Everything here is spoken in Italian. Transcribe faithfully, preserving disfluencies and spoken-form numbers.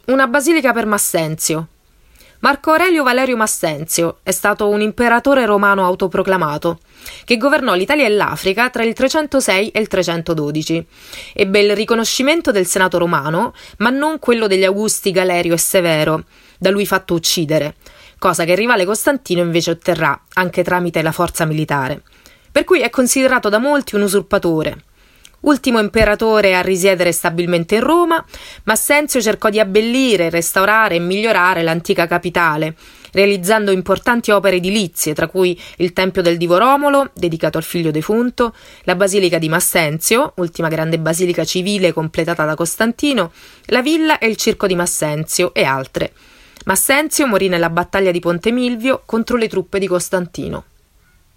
Una basilica per Massenzio. Marco Aurelio Valerio Massenzio è stato un imperatore romano autoproclamato che governò l'Italia e l'Africa tra il trecentosei e il trecentododici. Ebbe il riconoscimento del Senato romano, ma non quello degli Augusti Galerio e Severo, da lui fatto uccidere, cosa che il rivale Costantino invece otterrà anche tramite la forza militare. Per cui è considerato da molti un usurpatore. Ultimo imperatore a risiedere stabilmente in Roma, Massenzio cercò di abbellire, restaurare e migliorare l'antica capitale, realizzando importanti opere edilizie, tra cui il Tempio del Divo Romolo, dedicato al figlio defunto, la Basilica di Massenzio, ultima grande basilica civile completata da Costantino, la villa e il circo di Massenzio e altre. Massenzio morì nella battaglia di Ponte Milvio contro le truppe di Costantino.